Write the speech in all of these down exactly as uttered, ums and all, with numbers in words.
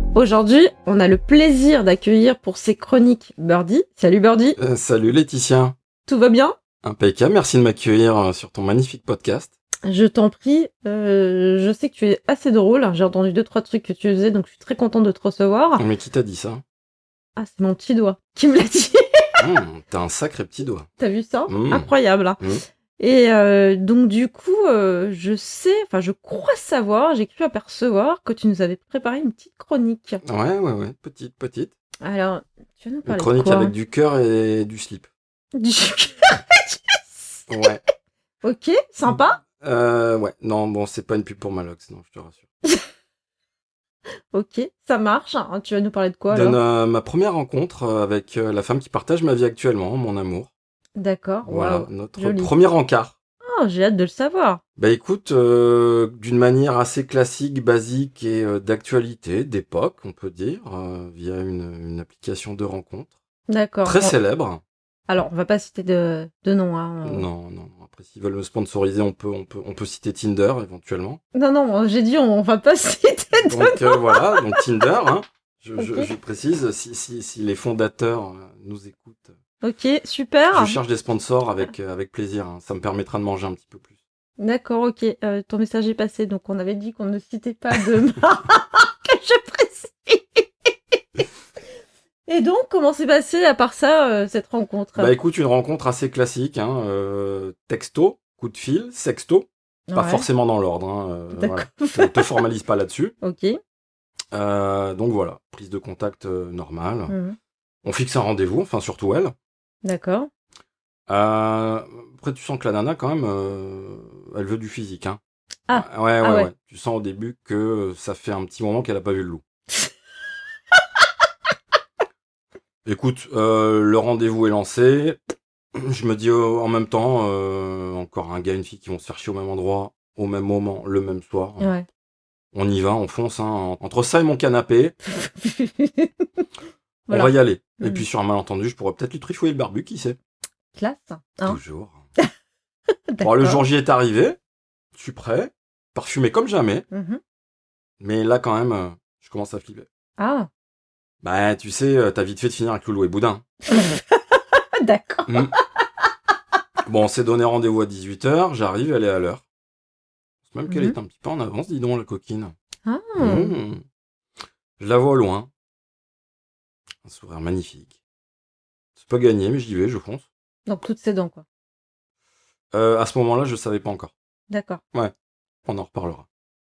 Aujourd'hui, on a le plaisir d'accueillir pour ses chroniques Birdie. Salut Birdie. Euh, salut Laetitia. Tout va bien? Impeccable, merci de m'accueillir sur ton magnifique podcast. Je t'en prie, euh, je sais que tu es assez drôle. J'ai entendu deux, trois trucs que tu faisais, donc je suis très contente de te recevoir. Mais qui t'a dit ça? Ah, c'est mon petit doigt qui me l'a dit. Mmh, t'as un sacré petit doigt. T'as vu ça? Mmh. Incroyable. Hein. Mmh. Et euh, donc du coup, euh, je sais, enfin je crois savoir, j'ai cru apercevoir que tu nous avais préparé une petite chronique. Ouais, ouais, ouais, petite, petite. Alors, tu vas nous Une parler chronique de quoi? avec du cœur et du slip. Du Ouais. Ok, sympa. Euh, ouais, non, bon, c'est pas une pub pour Malox, non, je te rassure. Ok, ça marche. Hein, tu vas nous parler de quoi De alors? euh, ma première rencontre avec euh, la femme qui partage ma vie actuellement, mon amour. D'accord, Voilà, waouh, notre joli. premier encart. Oh, j'ai hâte de le savoir. Bah écoute, euh, d'une manière assez classique, basique et euh, d'actualité, d'époque, on peut dire, euh, via une, une application de rencontre. D'accord. Très On- célèbre. Alors, on va pas citer de, de nom. Hein. euh. Non, non, non. Après, s'ils veulent me sponsoriser, on peut, on peut, on peut citer Tinder, éventuellement. Non, non, j'ai dit on va pas citer de nom. Donc, euh, voilà, donc Tinder, hein. Je, je, Ok. je précise, si, si, si les fondateurs euh, nous écoutent, Ok, super. je cherche des sponsors avec, euh, avec plaisir, hein. Ça me permettra de manger un petit peu plus. D'accord, ok. Euh, ton message est passé, donc on avait dit qu'on ne citait pas de marque, je précise. Et donc, comment s'est passé, à part ça, euh, cette rencontre? Bah écoute, une rencontre assez classique, hein. Euh, texto, coup de fil, sexto. Pas Ouais, forcément dans l'ordre, hein. euh, D'accord. voilà. Te, te formalise pas là-dessus. Ok. Euh, donc voilà, prise de contact euh, normale. Mhm. On fixe un rendez-vous, enfin surtout elle. D'accord. Euh, après, tu sens que la nana, quand même, euh, elle veut du physique, hein. Ah. Ouais, ouais, Ah ouais. ouais. Tu sens au début que ça fait un petit moment qu'elle a pas vu le loup. Écoute, euh, le rendez-vous est lancé. Je me dis euh, en même temps, euh, encore un gars, une fille qui vont se faire chier au même endroit, au même moment, le même soir. Ouais. On y va, on fonce, hein. Entre ça et mon canapé, Voilà. on va y aller. Et Mhm. puis sur un malentendu, je pourrais peut-être lui trifouiller le barbu, qui sait. Classe. Hein. Toujours. Bon, D'accord. le jour J est arrivé, je suis prêt, parfumé comme jamais, Mhm. mais là quand même, euh, je commence à flipper. Ah. Bah, tu sais, euh, t'as vite fait de finir avec Loulou et Boudin. D'accord. Mm. Bon, on s'est donné rendez-vous à dix-huit heures, j'arrive, elle est à l'heure. C'est même qu'elle Mhm. est un petit peu en avance, dis donc, la coquine. Ah. Mm. Je la vois au loin. Un sourire magnifique. C'est pas gagné, mais j'y vais, je fonce. Donc, toutes ses dents, quoi. Euh, à ce moment-là, je savais pas encore. D'accord. On en reparlera.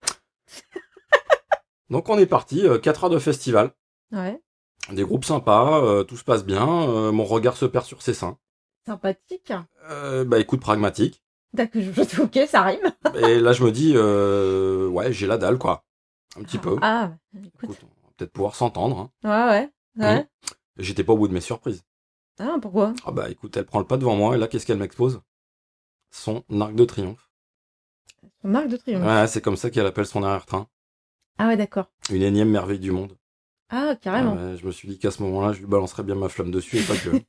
Donc on est parti, euh, quatre heures de festival. Ouais. Des groupes sympas, euh, tout se passe bien, euh, mon regard se perd sur ses seins. Sympathique. Euh, bah écoute, pragmatique. D'accord. je- Ok, ça rime. Et là je me dis, euh, ouais, j'ai la dalle quoi. Un petit peu. Ah, écoute. Écoute, on va peut-être pouvoir s'entendre. Hein. Ouais, ouais. Ouais. Mmh. Et j'étais pas au bout de mes surprises. Ah, pourquoi? Ah bah écoute, elle prend le pas devant moi et là qu'est-ce qu'elle m'expose? Son arc de triomphe. Son marque de triomphe. Ouais, c'est comme ça qu'elle appelle son arrière-train. Ah ouais, d'accord. Une énième merveille du monde. Ah, carrément. Ah ouais, je me suis dit qu'à ce moment-là, je lui balancerais bien ma flamme dessus et pas que.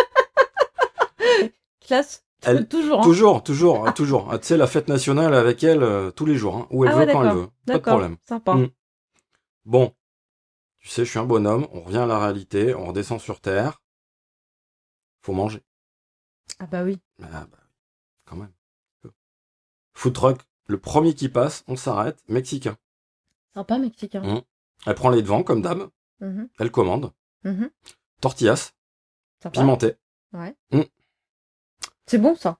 Classe. Elle- Toujours. Hein. Toujours, toujours, toujours. Ah, tu sais, la fête nationale avec elle, euh, tous les jours, hein, où elle Ah veut, ouais, quand elle d'accord. veut. Pas de D'accord. problème. Sympa. Mm. Bon, tu sais, je suis un bonhomme, on revient à la réalité, on redescend sur Terre. Faut manger. Ah bah oui. Ah bah, quand même. Food truck, le premier qui passe, on s'arrête, mexicain. Sympa, mexicain. Mm. Elle prend les devants, comme d'hab, Mhm. elle commande. Mhm. Tortillas, Sympa. pimenté. Ouais. Mm. C'est bon, ça.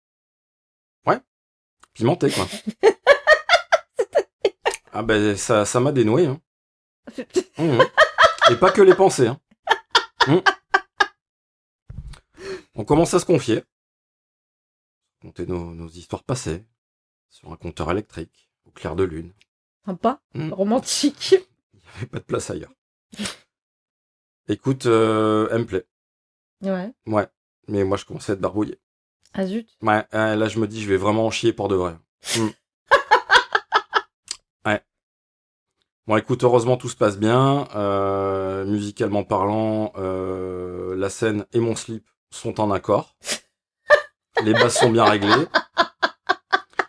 Pimenté, quoi. Ah ben, ça, ça m'a dénoué, hein. Mm. Et pas que les pensées, hein. Mm. On commence à se confier. Compter nos, nos histoires passées. Sur un compteur électrique, au clair de lune. Sympa. Mm. Romantique. Il n'y avait pas de place ailleurs. Écoute, euh, elle me plaît. Ouais. Ouais. Mais moi, je commençais à être barbouillé. Ah zut. Ouais, euh, là, je me dis, je vais vraiment en chier pour de vrai. Mm. Ouais. Bon, écoute, heureusement, tout se passe bien. Euh, musicalement parlant, euh, la scène et mon slip sont en accord. Les basses sont bien réglées.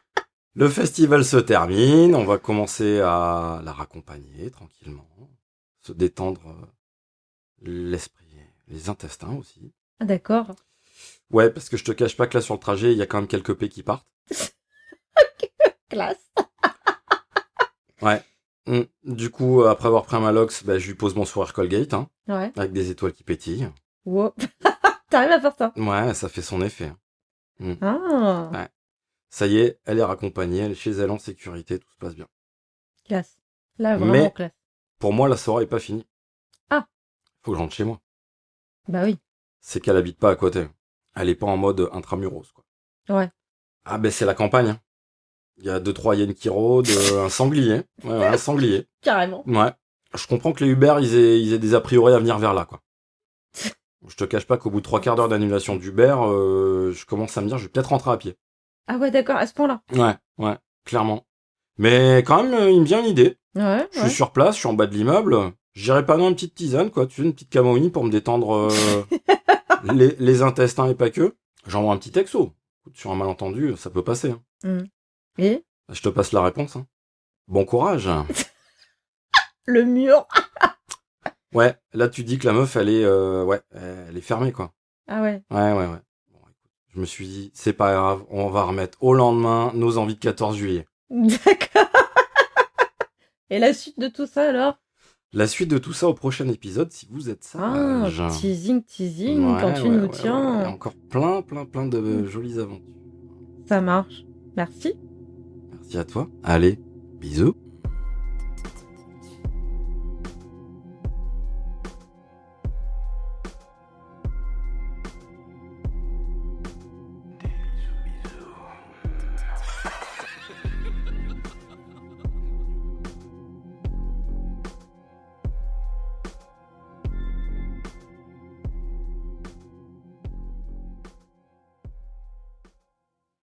Le festival se termine. On va commencer à la raccompagner tranquillement. se détendre euh, l'esprit, les intestins aussi. Ah, d'accord. Ouais, parce que je te cache pas que là, sur le trajet, il y a quand même quelques P qui partent. Classe. Ouais. Mm. Du coup, euh, après avoir pris un Malox, bah, je lui pose mon sourire Colgate, hein, Ouais. avec des étoiles qui pétillent. Wow. T'arrives à faire ça? Ouais, ça fait son effet. Mm. Ah. Ouais. Ça y est, elle est raccompagnée, elle est chez elle en sécurité, tout se passe bien. Classe. Là, vraiment Mais- classe. Pour moi, la soirée est pas finie. Ah. Faut que je rentre chez moi. Bah oui. C'est qu'elle habite pas à côté. Elle est pas en mode intramuros, quoi. Ouais. Ah ben c'est la campagne. Hein. Il y a deux trois hyènes qui rôdent, euh, un sanglier. Ouais, ouais, un sanglier. Carrément. Ouais. Je comprends que les Uber, ils aient, ils aient des a priori à venir vers là, quoi. Je te cache pas qu'au bout de trois quarts d'heure d'annulation d'Uber, euh, je commence à me dire, je vais peut-être rentrer à pied. Ah ouais, d'accord, à ce point-là. Ouais, ouais, clairement. Mais quand même, euh, il me vient une idée. Ouais, Je ouais. suis sur place, je suis en bas de l'immeuble. J'irai pas dans une petite tisane, quoi. Tu veux une petite camomille pour me détendre euh, les, les intestins et pas que. J'envoie un petit texto. Sur un malentendu, ça peut passer. Hein. Mm. Et Je te passe la réponse. Hein. Bon courage. le mur. Ouais, là tu dis que la meuf, elle est, euh, ouais, elle est fermée, quoi. Ah ouais. Ouais, ouais, ouais. Bon, écoute, je me suis dit, c'est pas grave, on va remettre au lendemain nos envies de quatorze juillet. D'accord. Et la suite de tout ça alors? La suite de tout ça au prochain épisode, si vous êtes Ah, sage. teasing, teasing, Ouais, quand tu ouais, nous ouais, tiens. ouais. Il y a encore plein, plein, plein de jolies aventures. Ça marche. Merci. Merci à toi. Allez, bisous.